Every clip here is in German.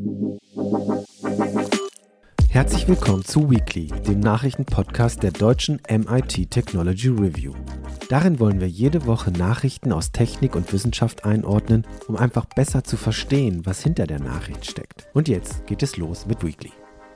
Herzlich willkommen zu Weekly, dem Nachrichtenpodcast der deutschen MIT Technology Review. Darin wollen wir jede Woche Nachrichten aus Technik und Wissenschaft einordnen, um einfach besser zu verstehen, was hinter der Nachricht steckt. Und jetzt geht es los mit Weekly.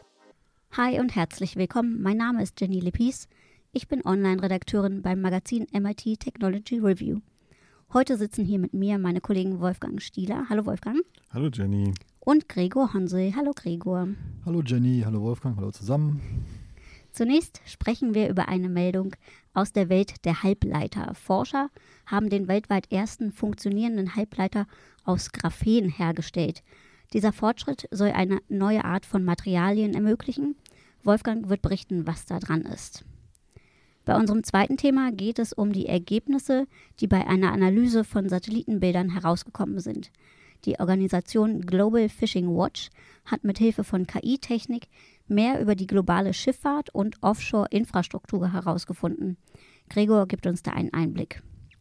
Hi und herzlich willkommen. Mein Name ist Jenny Lippis. Ich bin Online-Redakteurin beim Magazin MIT Technology Review. Heute sitzen hier mit mir meine Kollegen Wolfgang Stieler. Hallo Wolfgang. Hallo Jenny. Und Gregor Honsel. Hallo Gregor. Hallo Jenny, hallo Wolfgang, hallo zusammen. Zunächst sprechen wir über eine Meldung aus der Welt der Halbleiter. Forscher haben den weltweit ersten funktionierenden Halbleiter aus Graphen hergestellt. Dieser Fortschritt soll eine neue Art von Materialien ermöglichen. Wolfgang wird berichten, was da dran ist. Bei unserem zweiten Thema geht es um die Ergebnisse, die bei einer Analyse von Satellitenbildern herausgekommen sind. Die Organisation Global Fishing Watch hat mithilfe von KI-Technik mehr über die globale Schifffahrt und Offshore-Infrastruktur herausgefunden. Gregor gibt uns da einen Einblick.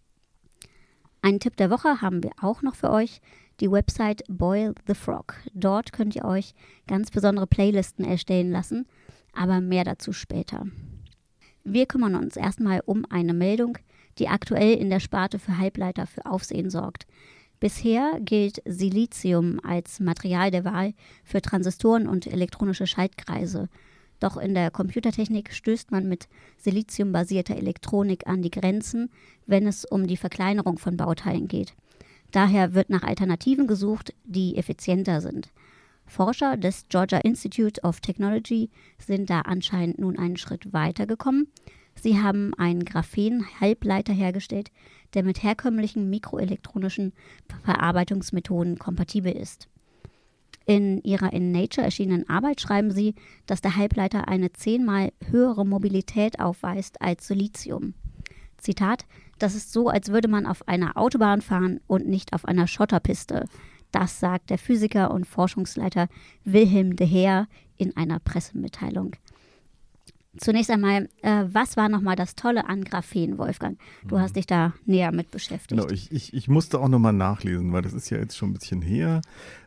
Einen Tipp der Woche haben wir auch noch für euch, die Website Boil the Frog. Dort könnt ihr euch ganz besondere Playlisten erstellen lassen, aber mehr dazu später. Wir kümmern uns erstmal um eine Meldung, die aktuell in der Sparte für Halbleiter für Aufsehen sorgt. Bisher gilt Silizium als Material der Wahl für Transistoren und elektronische Schaltkreise. Doch in der Computertechnik stößt man mit siliziumbasierter Elektronik an die Grenzen, wenn es um die Verkleinerung von Bauteilen geht. Daher wird nach Alternativen gesucht, die effizienter sind. Forscher des Georgia Institute of Technology sind da anscheinend nun einen Schritt weiter gekommen. Sie haben einen Graphen-Halbleiter hergestellt, der mit herkömmlichen mikroelektronischen Verarbeitungsmethoden kompatibel ist. In ihrer in Nature erschienenen Arbeit schreiben sie, dass der Halbleiter eine 10-mal höhere Mobilität aufweist als Silizium. Zitat: Das ist so, als würde man auf einer Autobahn fahren und nicht auf einer Schotterpiste. Das sagt der Physiker und Forschungsleiter Wilhelm de Heer in einer Pressemitteilung. Zunächst einmal, was war nochmal das Tolle an Graphen, Wolfgang? Du hast dich da näher mit beschäftigt. Genau, ich musste auch nochmal nachlesen, weil das ist ja jetzt schon ein bisschen her.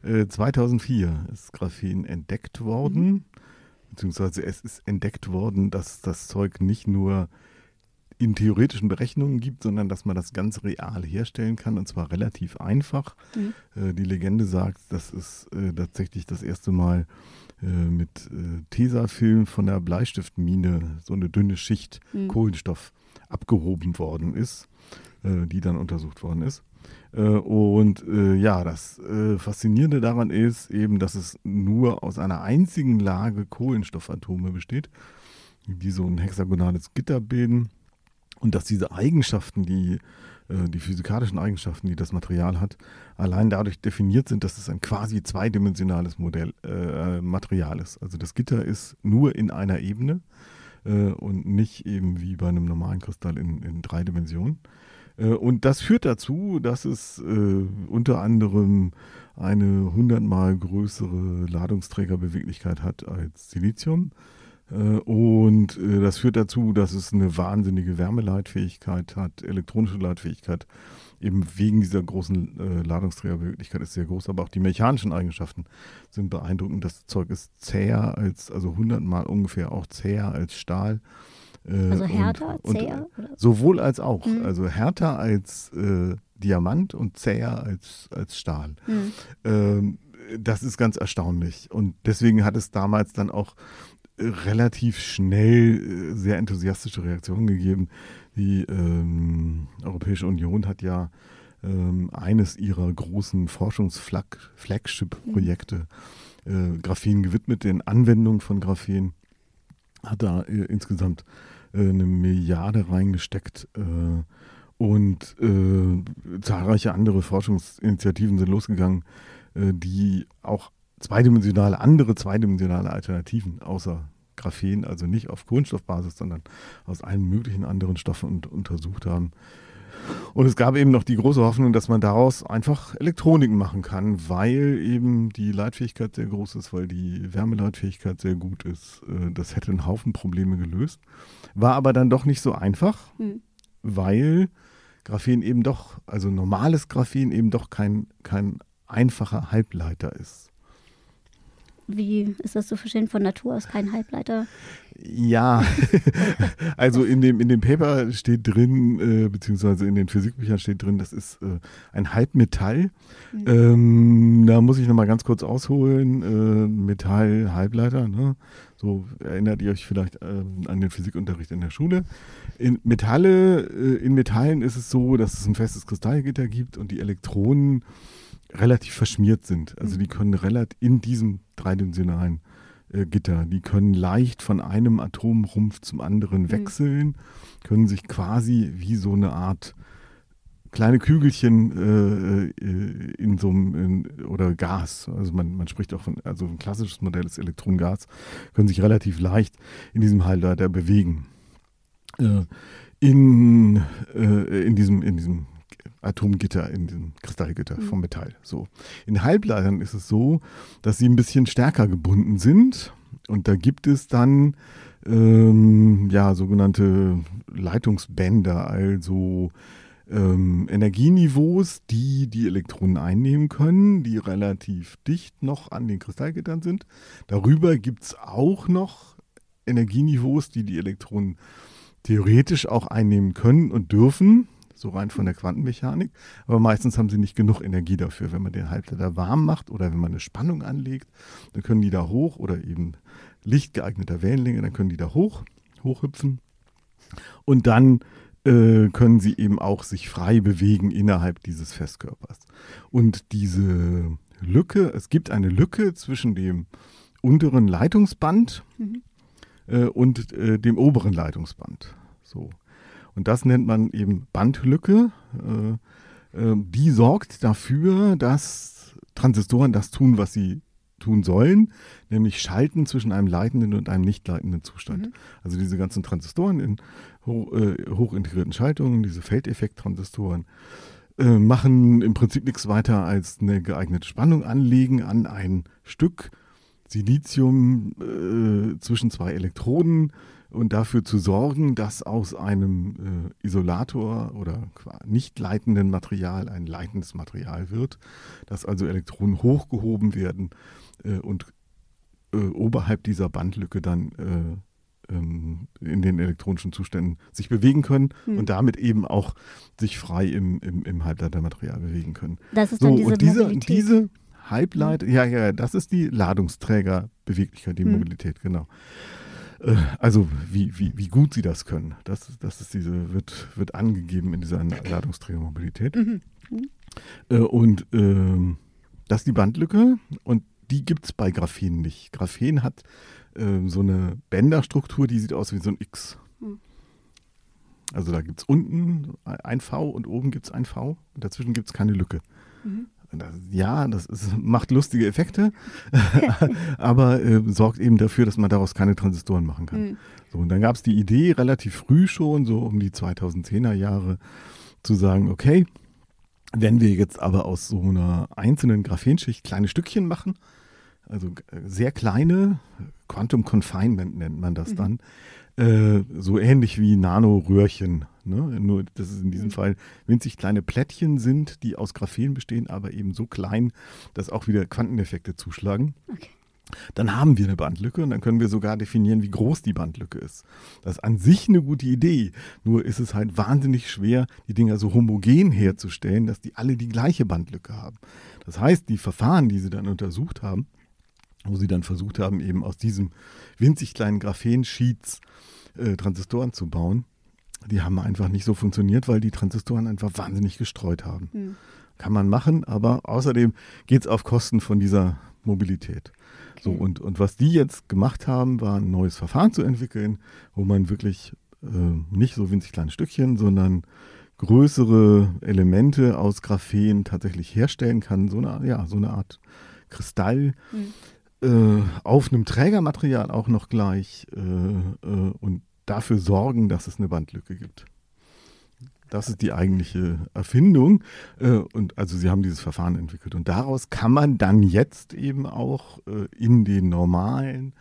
2004 ist Graphen entdeckt worden, beziehungsweise es ist entdeckt worden, dass das Zeug nicht nur in theoretischen Berechnungen gibt, sondern dass man das ganz real herstellen kann, und zwar relativ einfach. Die Legende sagt, dass es tatsächlich das erste Mal mit Tesafilm von der Bleistiftmine so eine dünne Schicht Kohlenstoff abgehoben worden ist, die dann untersucht worden ist. Das Faszinierende daran ist eben, dass es nur aus einer einzigen Lage Kohlenstoffatome besteht, die so ein hexagonales Gitter bilden. Und dass diese Eigenschaften, die physikalischen Eigenschaften, die das Material hat, allein dadurch definiert sind, dass es ein quasi zweidimensionales Material ist. Also das Gitter ist nur in einer Ebene und nicht eben wie bei einem normalen Kristall in 3 Dimensionen. Und das führt dazu, dass es unter anderem eine 100-mal größere Ladungsträgerbeweglichkeit hat als Silizium. Und das führt dazu, dass es eine wahnsinnige Wärmeleitfähigkeit hat, elektronische Leitfähigkeit, eben wegen dieser großen Ladungsträgerbeweglichkeit ist sehr groß, aber auch die mechanischen Eigenschaften sind beeindruckend. Das Zeug ist zäher also 100-mal ungefähr auch zäher als Stahl. Also härter, zäher? Oder? Sowohl als auch, also härter als Diamant und zäher als Stahl. Das ist ganz erstaunlich, und deswegen hat es damals dann auch relativ schnell sehr enthusiastische Reaktionen gegeben. Die Europäische Union hat ja eines ihrer großen Forschungs-Flagship-Projekte Graphen gewidmet, den Anwendungen von Graphen, hat da insgesamt 1 Milliarde reingesteckt und zahlreiche andere Forschungsinitiativen sind losgegangen, die auch andere zweidimensionale Alternativen außer Graphen, also nicht auf Kohlenstoffbasis, sondern aus allen möglichen anderen Stoffen untersucht haben. Und es gab eben noch die große Hoffnung, dass man daraus einfach Elektroniken machen kann, weil eben die Leitfähigkeit sehr groß ist, weil die Wärmeleitfähigkeit sehr gut ist. Das hätte einen Haufen Probleme gelöst. War aber dann doch nicht so einfach, weil Graphen eben doch, also normales Graphen eben doch kein einfacher Halbleiter ist. Wie ist das zu verstehen, von Natur aus kein Halbleiter? Ja, also in dem Paper steht drin, beziehungsweise in den Physikbüchern steht drin, das ist ein Halbmetall. Da muss ich nochmal ganz kurz ausholen. Metall, Halbleiter, ne? So erinnert ihr euch vielleicht an den Physikunterricht in der Schule. In Metallen ist es so, dass es ein festes Kristallgitter gibt und die Elektronen relativ verschmiert sind. Also die können in diesem dreidimensionalen Gitter, die können leicht von einem Atomrumpf zum anderen wechseln, können sich quasi wie so eine Art kleine Kügelchen in so einem oder Gas, also man spricht auch von, also ein klassisches Modell ist Elektronengas, können sich relativ leicht in diesem Halbleiter bewegen. In diesem Atomgitter, in diesem Kristallgitter vom Metall. So. In Halbleitern ist es so, dass sie ein bisschen stärker gebunden sind und da gibt es dann sogenannte Leitungsbänder, also Energieniveaus, die Elektronen einnehmen können, die relativ dicht noch an den Kristallgittern sind. Darüber gibt es auch noch Energieniveaus, die Elektronen theoretisch auch einnehmen können und dürfen, so rein von der Quantenmechanik, aber meistens haben sie nicht genug Energie dafür. Wenn man den Halbleiter warm macht oder wenn man eine Spannung anlegt, dann können die da hoch oder eben lichtgeeigneter Wellenlänge, dann können die da hochhüpfen und dann können sie eben auch sich frei bewegen innerhalb dieses Festkörpers. Und diese Lücke, es gibt eine Lücke zwischen dem unteren Leitungsband und dem oberen Leitungsband. So. Und das nennt man eben Bandlücke. Die sorgt dafür, dass Transistoren das tun, was sie tun sollen, nämlich schalten zwischen einem leitenden und einem nicht leitenden Zustand. Also diese ganzen Transistoren in hochintegrierten Schaltungen, diese Feldeffekt-Transistoren, machen im Prinzip nichts weiter als eine geeignete Spannung anlegen an ein Stück Silizium zwischen zwei Elektroden und dafür zu sorgen, dass aus einem Isolator oder nicht leitenden Material ein leitendes Material wird, dass also Elektronen hochgehoben werden und oberhalb dieser Bandlücke dann in den elektronischen Zuständen sich bewegen können und damit eben auch sich frei im Halbleitermaterial bewegen können. Das ist dann diese Halbleiter, das ist die Ladungsträgerbeweglichkeit, die Mobilität, genau. Also wie gut sie das können, das ist wird angegeben in dieser Ladungsträgermobilität. Und das ist die Bandlücke und die gibt es bei Graphen nicht. Graphen hat so eine Bänderstruktur, die sieht aus wie so ein X. Also da gibt es unten ein V und oben gibt es ein V und dazwischen gibt es keine Lücke. Das macht lustige Effekte, aber sorgt eben dafür, dass man daraus keine Transistoren machen kann. So, und dann gab es die Idee relativ früh schon, so um die 2010er Jahre, zu sagen, okay, wenn wir jetzt aber aus so einer einzelnen Graphenschicht kleine Stückchen machen, also sehr kleine, Quantum Confinement nennt man das dann, so ähnlich wie Nanoröhrchen. Ne? Nur, dass es in diesem Fall winzig kleine Plättchen sind, die aus Graphen bestehen, aber eben so klein, dass auch wieder Quanteneffekte zuschlagen. Okay. Dann haben wir eine Bandlücke und dann können wir sogar definieren, wie groß die Bandlücke ist. Das ist an sich eine gute Idee, nur ist es halt wahnsinnig schwer, die Dinger so homogen herzustellen, dass die alle die gleiche Bandlücke haben. Das heißt, die Verfahren, die sie dann untersucht haben, wo sie dann versucht haben, eben aus diesem winzig kleinen Graphen-Sheets Transistoren zu bauen, die haben einfach nicht so funktioniert, weil die Transistoren einfach wahnsinnig gestreut haben. Kann man machen, aber außerdem geht es auf Kosten von dieser Mobilität. Okay. So, und was die jetzt gemacht haben, war ein neues Verfahren zu entwickeln, wo man wirklich nicht so winzig kleine Stückchen, sondern größere Elemente aus Graphen tatsächlich herstellen kann. So eine Art Kristall auf einem Trägermaterial auch noch gleich und dafür sorgen, dass es eine Bandlücke gibt. Das ist die eigentliche Erfindung. Und also sie haben dieses Verfahren entwickelt. Und daraus kann man dann jetzt eben auch in den normalen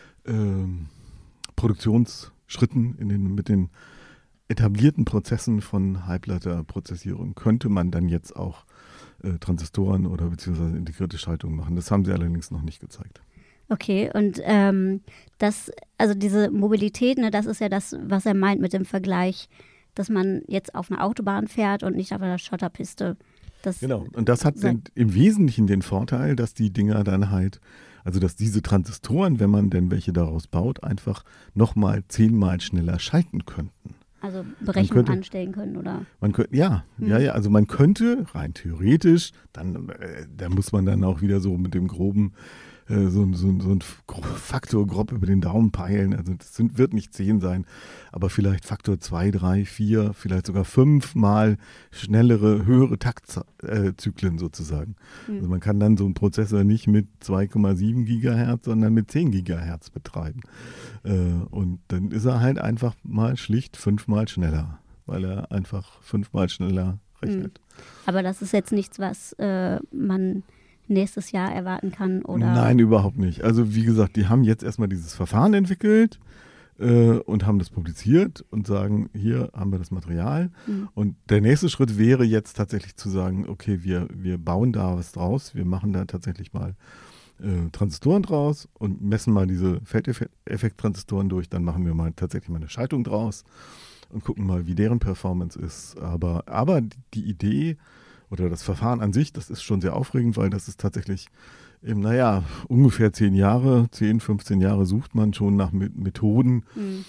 Produktionsschritten, mit den etablierten Prozessen von Halbleiterprozessierung, könnte man dann jetzt auch Transistoren oder beziehungsweise integrierte Schaltungen machen. Das haben sie allerdings noch nicht gezeigt. Okay, und also diese Mobilität, ne, das ist ja das, was er meint mit dem Vergleich, dass man jetzt auf einer Autobahn fährt und nicht auf einer Schotterpiste. Genau, und das hat im Wesentlichen den Vorteil, dass die Dinger dann halt, also dass diese Transistoren, wenn man denn welche daraus baut, einfach nochmal 10-mal schneller schalten könnten. Also Berechnungen anstellen können, oder? Man könnte, also man könnte rein theoretisch, da muss man dann auch wieder so mit dem groben so ein Faktor grob über den Daumen peilen. Also das wird nicht 10 sein, aber vielleicht Faktor 2, 3, 4, vielleicht sogar 5-mal schnellere, höhere Taktzyklen sozusagen. Also man kann dann so einen Prozessor nicht mit 2,7 Gigahertz, sondern mit 10 Gigahertz betreiben. Und dann ist er halt einfach mal schlicht 5-mal schneller, weil er einfach 5-mal schneller rechnet. Aber das ist jetzt nichts, was man nächstes Jahr erwarten kann, oder? Nein, überhaupt nicht. Also wie gesagt, die haben jetzt erstmal dieses Verfahren entwickelt und haben das publiziert und sagen, hier haben wir das Material. Und der nächste Schritt wäre jetzt tatsächlich zu sagen, okay, wir bauen da was draus, wir machen da tatsächlich mal Transistoren draus und messen mal diese Feldeffekt-Transistoren durch, dann machen wir mal tatsächlich mal eine Schaltung draus und gucken mal, wie deren Performance ist. Aber die Idee oder das Verfahren an sich, das ist schon sehr aufregend, weil das ist tatsächlich eben, ungefähr 10, 15 Jahre sucht man schon nach Methoden,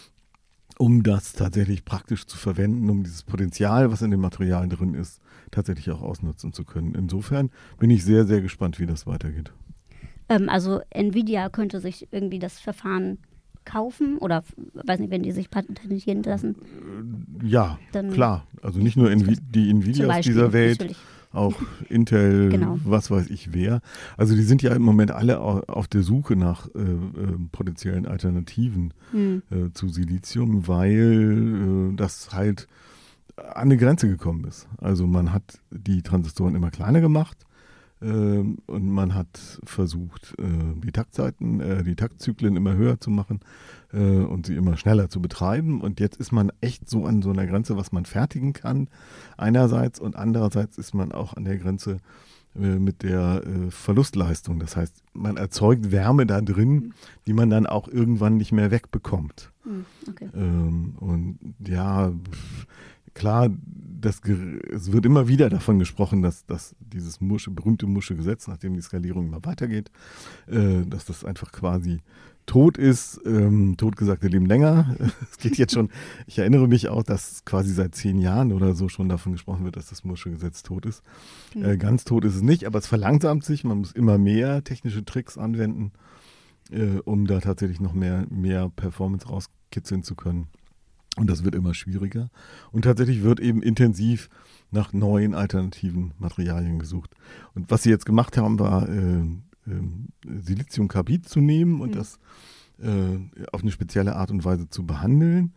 um das tatsächlich praktisch zu verwenden, um dieses Potenzial, was in den Materialien drin ist, tatsächlich auch ausnutzen zu können. Insofern bin ich sehr, sehr gespannt, wie das weitergeht. Also Nvidia könnte sich irgendwie das Verfahren kaufen oder, weiß nicht, wenn die sich patentieren lassen? Ja, dann klar. Also nicht nur die Nvidias dieser Welt, natürlich. Auch Intel, genau. Was weiß ich wer. Also die sind ja im Moment alle auf der Suche nach potenziellen Alternativen zu Silizium, weil das halt an eine Grenze gekommen ist. Also man hat die Transistoren immer kleiner gemacht. Und man hat versucht, die Taktzyklen immer höher zu machen und sie immer schneller zu betreiben. Und jetzt ist man echt so an so einer Grenze, was man fertigen kann, einerseits. Und andererseits ist man auch an der Grenze mit der Verlustleistung. Das heißt, man erzeugt Wärme da drin, die man dann auch irgendwann nicht mehr wegbekommt. Okay. Und ja, klar, es wird immer wieder davon gesprochen, dass dieses berühmte Mursche Gesetz, nachdem die Skalierung immer weitergeht, dass das einfach quasi tot ist. Totgesagte leben länger. Es geht jetzt schon, ich erinnere mich auch, dass quasi seit 10 Jahren oder so schon davon gesprochen wird, dass das Mursche Gesetz tot ist. Ganz tot ist es nicht, aber es verlangsamt sich. Man muss immer mehr technische Tricks anwenden, um da tatsächlich noch mehr Performance rauskitzeln zu können. Und das wird immer schwieriger. Und tatsächlich wird eben intensiv nach neuen alternativen Materialien gesucht. Und was sie jetzt gemacht haben, war Siliziumkarbid zu nehmen und das auf eine spezielle Art und Weise zu behandeln,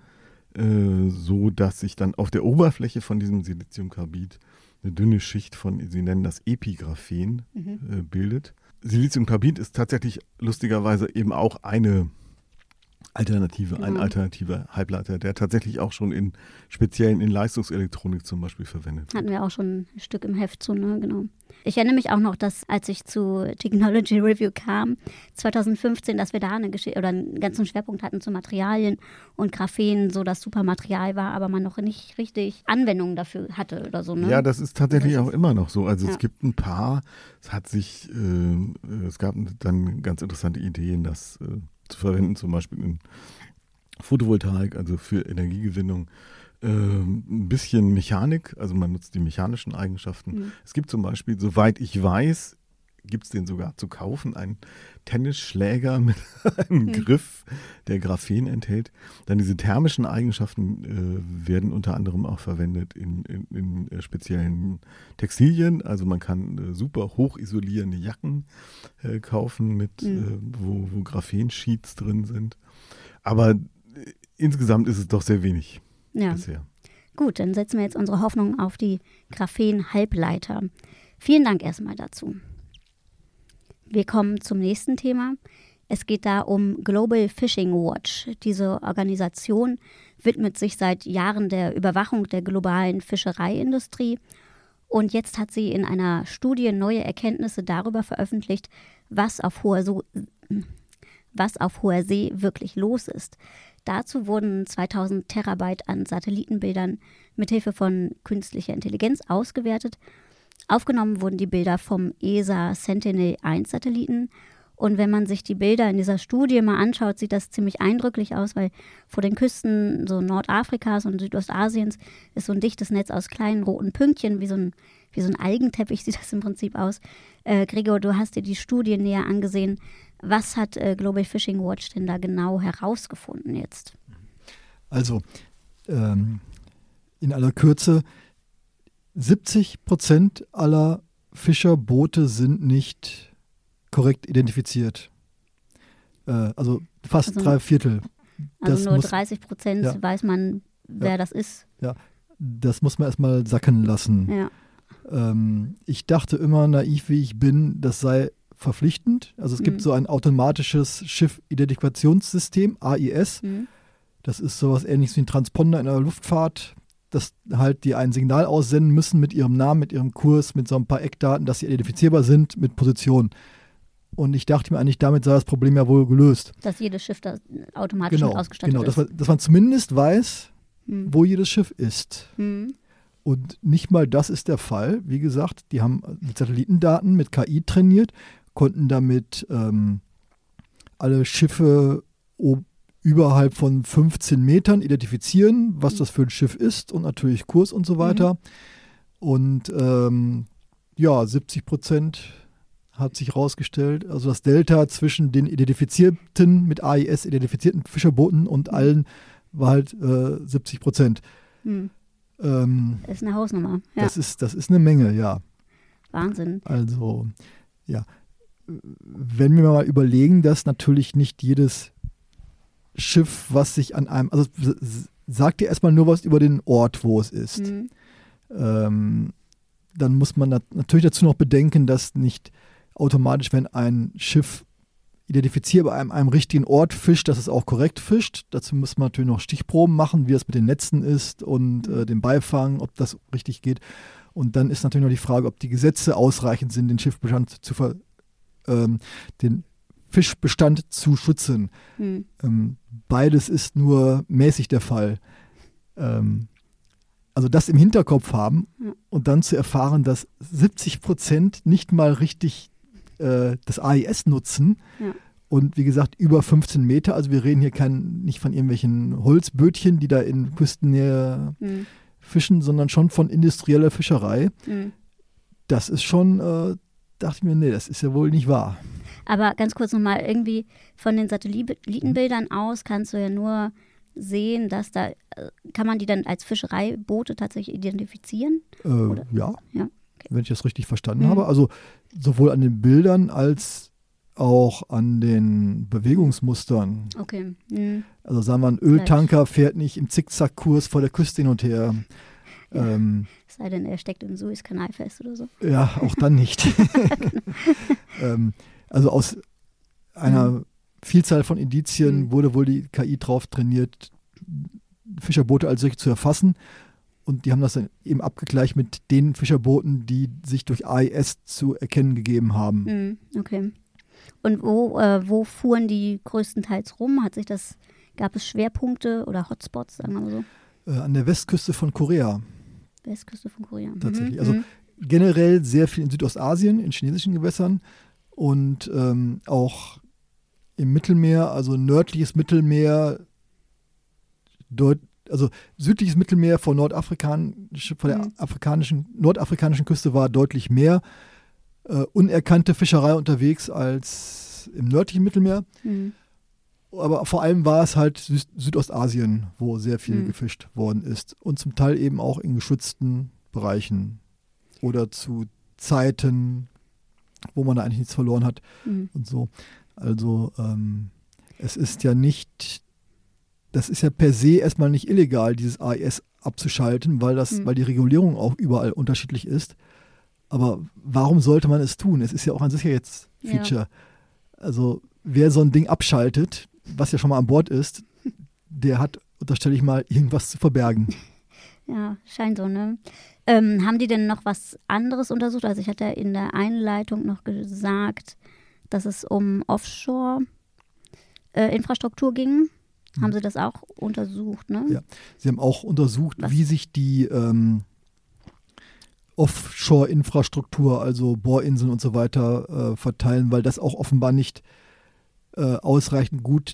so dass sich dann auf der Oberfläche von diesem Siliziumkarbid eine dünne Schicht von, sie nennen das Epigraphen, bildet. Siliziumkarbid ist tatsächlich lustigerweise eben auch ein alternativer Halbleiter, der tatsächlich auch schon speziell in Leistungselektronik zum Beispiel verwendet wird. Hatten wir auch schon ein Stück im Heft zu, ne? Genau. Ich erinnere mich auch noch, dass als ich zu Technology Review kam, 2015, dass wir da einen ganzen Schwerpunkt hatten zu Materialien und Graphen, so das super Material war, aber man noch nicht richtig Anwendungen dafür hatte oder so. Ne? Ja, das ist tatsächlich auch immer noch so. Also es gibt ein paar, es gab dann ganz interessante Ideen, das zu verwenden, zum Beispiel in Photovoltaik, also für Energiegewinnung, ein bisschen Mechanik, also man nutzt die mechanischen Eigenschaften. Es gibt zum Beispiel, soweit ich weiß, gibt es den sogar zu kaufen, einen Tennisschläger mit einem Griff, der Graphen enthält. Dann diese thermischen Eigenschaften werden unter anderem auch verwendet in speziellen Textilien. Also man kann super hochisolierende Jacken kaufen, wo Graphen-Sheets drin sind. Aber insgesamt ist es doch sehr wenig bisher. Gut, dann setzen wir jetzt unsere Hoffnung auf die Graphen-Halbleiter. Vielen Dank erstmal dazu. Wir kommen zum nächsten Thema. Es geht da um Global Fishing Watch. Diese Organisation widmet sich seit Jahren der Überwachung der globalen Fischereiindustrie. Und jetzt hat sie in einer Studie neue Erkenntnisse darüber veröffentlicht, was auf hoher was auf hoher See wirklich los ist. Dazu wurden 2000 Terabyte an Satellitenbildern mithilfe von künstlicher Intelligenz ausgewertet. Aufgenommen wurden die Bilder vom ESA Sentinel-1-Satelliten. Und wenn man sich die Bilder in dieser Studie mal anschaut, sieht das ziemlich eindrücklich aus, weil vor den Küsten so Nordafrikas und Südostasiens ist so ein dichtes Netz aus kleinen roten Pünktchen, wie so ein Algenteppich sieht das im Prinzip aus. Gregor, du hast dir die Studie näher angesehen. Was hat Global Fishing Watch denn da genau herausgefunden jetzt? Also, in aller Kürze, 70% aller Fischerboote sind nicht korrekt identifiziert. Also fast Also 3/4. Also nur 30% weiß man, wer das ist. Ja, das muss man erstmal sacken lassen. Ja. Ich dachte immer, naiv wie ich bin, das sei verpflichtend. Also es gibt so ein automatisches Schiffidentifikationssystem, AIS. Das ist sowas Ähnliches wie ein Transponder in der Luftfahrt, dass halt die ein Signal aussenden müssen mit ihrem Namen, mit ihrem Kurs, mit so ein paar Eckdaten, dass sie identifizierbar sind mit Position. Und ich dachte mir eigentlich, damit sei das Problem ja wohl gelöst. Dass jedes Schiff da automatisch mit ausgestattet ist. Dass man zumindest weiß, wo jedes Schiff ist. Und nicht mal das ist der Fall. Wie gesagt, die haben mit Satellitendaten, mit KI trainiert, konnten damit alle Schiffe überhalb von 15 Metern identifizieren, was das für ein Schiff ist und natürlich Kurs und so weiter. Und 70% hat sich herausgestellt, also das Delta zwischen den identifizierten, mit AIS identifizierten Fischerbooten und allen war halt 70%. Das ist eine Hausnummer. Ja. Das ist eine Menge, ja. Wahnsinn. Also, ja. Wenn wir mal überlegen, dass natürlich nicht jedes Schiff, was sich an einem, also sagt dir erstmal nur was über den Ort, wo es ist. Dann muss man natürlich dazu noch bedenken, dass nicht automatisch, wenn ein Schiff identifizierbar an einem richtigen Ort fischt, dass es auch korrekt fischt. Dazu muss man natürlich noch Stichproben machen, wie es mit den Netzen ist und dem Beifang, ob das richtig geht. Und dann ist natürlich noch die Frage, ob die Gesetze ausreichend sind, den Schiffbestand den Fischbestand zu schützen. Beides ist nur mäßig der Fall. Also das im Hinterkopf haben und dann zu erfahren, dass 70% nicht mal richtig das AIS nutzen und wie gesagt über 15 Meter, also wir reden hier nicht von irgendwelchen Holzbötchen, die da in Küstennähe fischen, sondern schon von industrieller Fischerei. Das ist schon, dachte ich mir, nee, das ist ja wohl nicht wahr. Aber ganz kurz nochmal, irgendwie von den Satellitenbildern aus kannst du ja nur sehen, dass da, kann man die dann als Fischereiboote tatsächlich identifizieren? Ja, okay. Wenn ich das richtig verstanden habe. Also sowohl an den Bildern als auch an den Bewegungsmustern. Okay. Also sagen wir, ein Öltanker fährt nicht im Zickzackkurs vor der Küste hin und her. Ja. Es sei denn, er steckt im Suezkanal fest oder so. Ja, auch dann nicht. Also aus einer Vielzahl von Indizien wurde wohl die KI drauf trainiert, Fischerboote als solche zu erfassen. Und die haben das dann eben abgegleicht mit den Fischerbooten, die sich durch AIS zu erkennen gegeben haben. Okay. Und wo fuhren die größtenteils rum? Gab es Schwerpunkte oder Hotspots, sagen wir mal so? An der Westküste von Korea. Westküste von Korea. Tatsächlich. Also generell sehr viel in Südostasien, in chinesischen Gewässern und auch im Mittelmeer, also nördliches Mittelmeer, also südliches Mittelmeer von der nordafrikanischen Küste war deutlich mehr unerkannte Fischerei unterwegs als im nördlichen Mittelmeer. Aber vor allem war es halt Südostasien, wo sehr viel gefischt worden ist. Und zum Teil eben auch in geschützten Bereichen oder zu Zeiten, wo man da eigentlich nichts verloren hat und so. Also es ist ja nicht, das ist ja per se erstmal nicht illegal, dieses AIS abzuschalten, weil die Regulierung auch überall unterschiedlich ist. Aber warum sollte man es tun? Es ist ja auch ein Sicherheitsfeature. Ja. Also wer so ein Ding abschaltet, was ja schon mal an Bord ist, der hat, unterstelle ich mal, irgendwas zu verbergen. Ja, scheint so, ne? Haben die denn noch was anderes untersucht? Also ich hatte in der Einleitung noch gesagt, dass es um Offshore Infrastruktur ging. Haben Sie das auch untersucht, ne? Ja, Sie haben auch untersucht, wie sich die Offshore-Infrastruktur, also Bohrinseln und so weiter, verteilen, weil das auch offenbar nicht ausreichend gut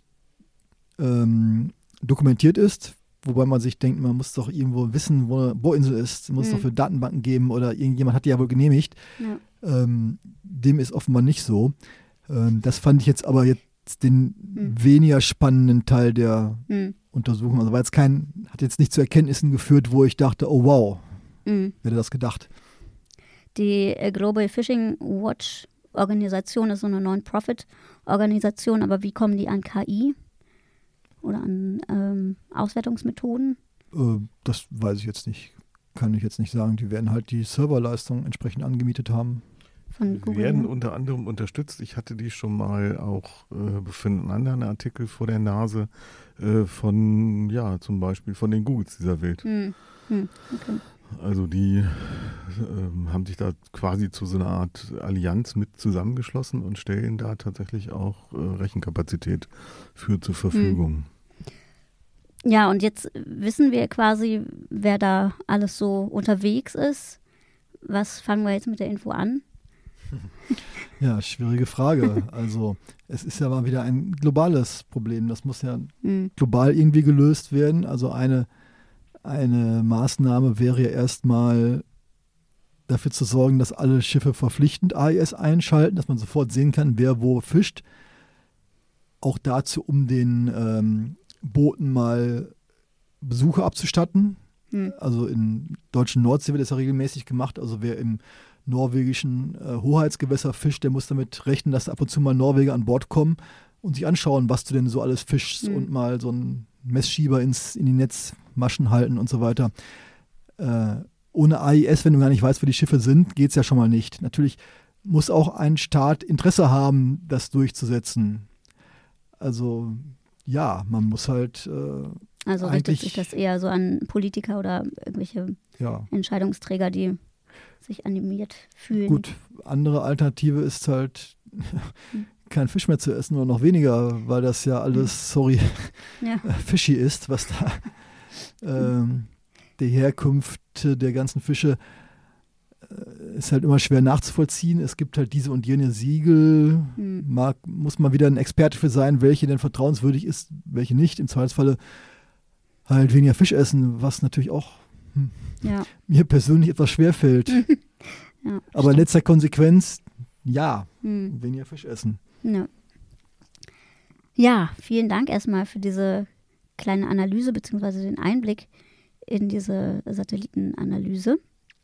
dokumentiert ist. Wobei man sich denkt, man muss doch irgendwo wissen, wo eine Bohrinsel ist. Muss es doch für Datenbanken geben oder irgendjemand hat die ja wohl genehmigt. Ja. Dem ist offenbar nicht so. Das fand ich jetzt aber den weniger spannenden Teil der Untersuchung. Also hat jetzt nicht zu Erkenntnissen geführt, wo ich dachte, oh wow, wer hätte das gedacht? Die Global Fishing Watch Organisation ist so eine Non-Profit-Organisation, aber wie kommen die an KI oder an Auswertungsmethoden? Das weiß ich jetzt nicht. Kann ich jetzt nicht sagen. Die werden halt die Serverleistung entsprechend angemietet haben. Von Google. Die werden unter anderem unterstützt. Ich hatte die schon mal auch für einen anderen Artikel vor der Nase von, ja, zum Beispiel von den Googles dieser Welt. Okay. Also die haben sich da quasi zu so einer Art Allianz mit zusammengeschlossen und stellen da tatsächlich auch Rechenkapazität zur Verfügung. Ja, und jetzt wissen wir quasi, wer da alles so unterwegs ist. Was fangen wir jetzt mit der Info an? Ja, schwierige Frage. Also es ist ja mal wieder ein globales Problem. Das muss ja global irgendwie gelöst werden. Also eine Maßnahme wäre ja erstmal dafür zu sorgen, dass alle Schiffe verpflichtend AIS einschalten, dass man sofort sehen kann, wer wo fischt. Auch dazu, um den Booten mal Besuche abzustatten. Also in deutschen Nordsee wird das ja regelmäßig gemacht. Also wer im norwegischen Hoheitsgewässer fischt, der muss damit rechnen, dass ab und zu mal Norweger an Bord kommen und sich anschauen, was du denn so alles fischst und mal so einen Messschieber in die Netzmaschen halten und so weiter. Ohne AIS, wenn du gar nicht weißt, wo die Schiffe sind, geht es ja schon mal nicht. Natürlich muss auch ein Staat Interesse haben, das durchzusetzen. Also ja, man muss halt also richtet sich das eher so an Politiker oder irgendwelche Entscheidungsträger, die sich animiert fühlen. Gut, andere Alternative ist halt kein Fisch mehr zu essen oder noch weniger, weil das ja alles, fishy ist, was da die Herkunft der ganzen Fische ist halt immer schwer nachzuvollziehen. Es gibt halt diese und jene Siegel. Muss man wieder ein Experte für sein, welche denn vertrauenswürdig ist, welche nicht. Im Zweifelsfalle halt weniger Fisch essen, was natürlich auch mir persönlich etwas schwer fällt. Aber in letzter Konsequenz, weniger Fisch essen. Ja, vielen Dank erstmal für diese kleine Analyse bzw. den Einblick in diese Satellitenanalyse.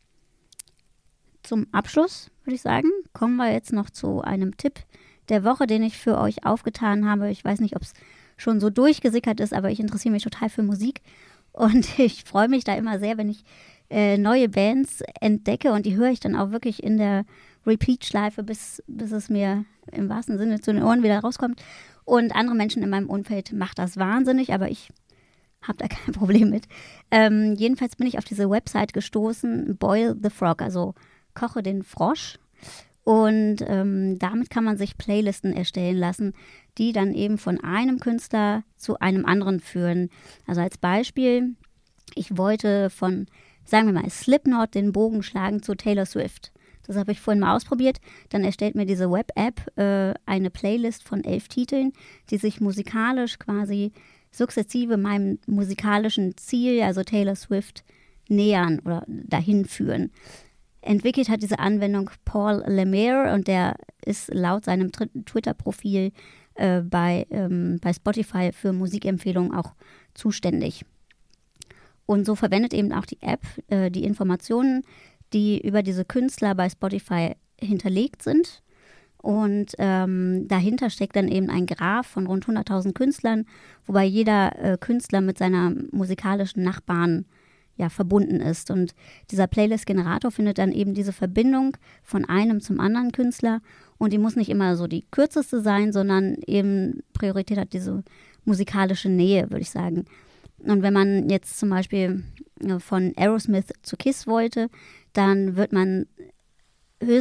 Zum Abschluss, würde ich sagen, kommen wir jetzt noch zu einem Tipp der Woche, den ich für euch aufgetan habe. Ich weiß nicht, ob es schon so durchgesickert ist, aber ich interessiere mich total für Musik und ich freue mich da immer sehr, wenn ich neue Bands entdecke und die höre ich dann auch wirklich in der Repeat-Schleife, bis es mir im wahrsten Sinne zu den Ohren wieder rauskommt. Und andere Menschen in meinem Umfeld macht das wahnsinnig, aber ich habe da kein Problem mit. Jedenfalls bin ich auf diese Website gestoßen, Boil the Frog, also koche den Frosch. Und damit kann man sich Playlisten erstellen lassen, die dann eben von einem Künstler zu einem anderen führen. Also als Beispiel, ich wollte von, sagen wir mal, Slipknot den Bogen schlagen zu Taylor Swift. Das habe ich vorhin mal ausprobiert. Dann erstellt mir diese Web-App eine Playlist von 11 Titeln, die sich musikalisch quasi sukzessive meinem musikalischen Ziel, also Taylor Swift, nähern oder dahin führen. Entwickelt hat diese Anwendung Paul Lemaire und der ist laut seinem Twitter-Profil bei Spotify für Musikempfehlungen auch zuständig. Und so verwendet eben auch die App die Informationen, die über diese Künstler bei Spotify hinterlegt sind. Und dahinter steckt dann eben ein Graph von rund 100.000 Künstlern, wobei jeder Künstler mit seiner musikalischen Nachbarn verbunden ist. Und dieser Playlist-Generator findet dann eben diese Verbindung von einem zum anderen Künstler. Und die muss nicht immer so die kürzeste sein, sondern eben Priorität hat diese musikalische Nähe, würde ich sagen. Und wenn man jetzt zum Beispiel von Aerosmith zu Kiss wollte, dann wird man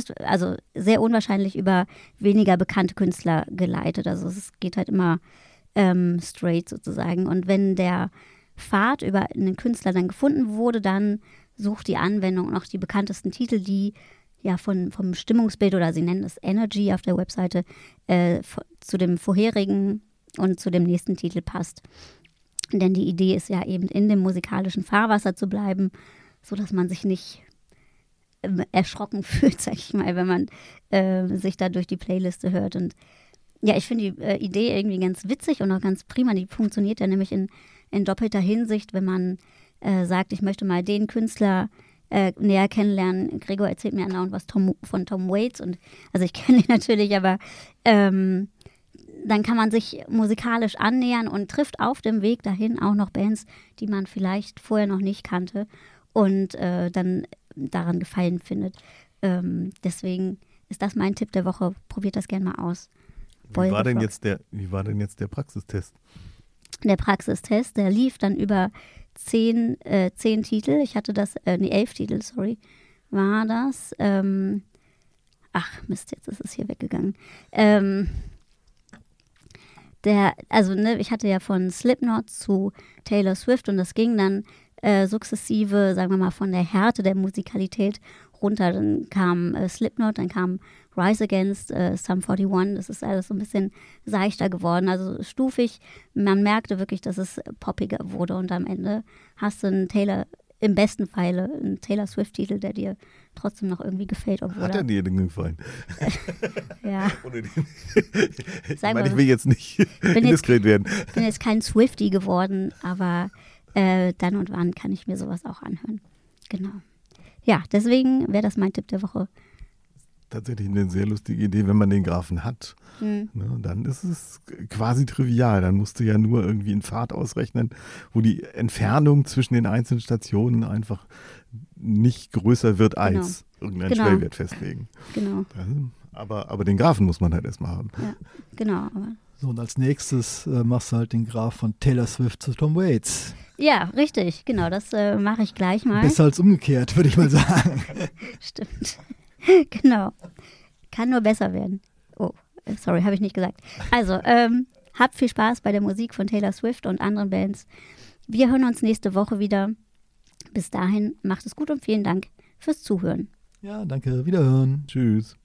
sehr unwahrscheinlich über weniger bekannte Künstler geleitet. Also es geht halt immer straight sozusagen. Und wenn der Pfad über einen Künstler dann gefunden wurde, dann sucht die Anwendung noch die bekanntesten Titel, die ja vom Stimmungsbild, oder sie nennen es Energy auf der Webseite, zu dem vorherigen und zu dem nächsten Titel passt. Denn die Idee ist ja eben, in dem musikalischen Fahrwasser zu bleiben, sodass man sich nicht erschrocken fühlt, sag ich mal, wenn man sich da durch die Playliste hört. Und ja, ich finde die Idee irgendwie ganz witzig und auch ganz prima. Die funktioniert ja nämlich in doppelter Hinsicht, wenn man sagt, ich möchte mal den Künstler näher kennenlernen. Gregor erzählt mir andauernd was von Tom Waits, und also ich kenne ihn natürlich, aber dann kann man sich musikalisch annähern und trifft auf dem Weg dahin auch noch Bands, die man vielleicht vorher noch nicht kannte und dann daran Gefallen findet. Deswegen ist das mein Tipp der Woche. Probiert das gerne mal aus. Wie war denn jetzt der Praxistest? Der Praxistest, der lief dann über 10 Titel. Ich hatte 11 Titel, sorry, war das. Ach Mist, jetzt ist es hier weggegangen. Ich hatte ja von Slipknot zu Taylor Swift, und das ging dann sukzessive, sagen wir mal, von der Härte der Musikalität runter. Dann kam Slipknot, dann kam Rise Against, Sum 41. Das ist alles so ein bisschen seichter geworden, also stufig. Man merkte wirklich, dass es poppiger wurde, und am Ende hast du im besten Falle einen Taylor Swift-Titel, der dir trotzdem noch irgendwie gefällt. Hat er dir denn gefallen? Ja. Ich will jetzt nicht indiskret werden. Ich bin jetzt kein Swiftie geworden, aber dann und wann kann ich mir sowas auch anhören. Genau. Ja, deswegen wäre das mein Tipp der Woche. Tatsächlich eine sehr lustige Idee, wenn man den Graphen hat. Ne, dann ist es quasi trivial. Dann musst du ja nur irgendwie einen Pfad ausrechnen, wo die Entfernung zwischen den einzelnen Stationen einfach nicht größer wird als irgendeinen Schwellwert festlegen. Genau. Aber den Graphen muss man halt erstmal haben. Ja, genau. So, und als nächstes machst du halt den Graph von Taylor Swift zu Tom Waits. Ja, richtig, genau, das mache ich gleich mal. Besser als umgekehrt, würde ich mal sagen. Stimmt. Genau. Kann nur besser werden. Oh, sorry, habe ich nicht gesagt. Also, habt viel Spaß bei der Musik von Taylor Swift und anderen Bands. Wir hören uns nächste Woche wieder. Bis dahin, macht es gut und vielen Dank fürs Zuhören. Ja, danke. Wiederhören. Tschüss.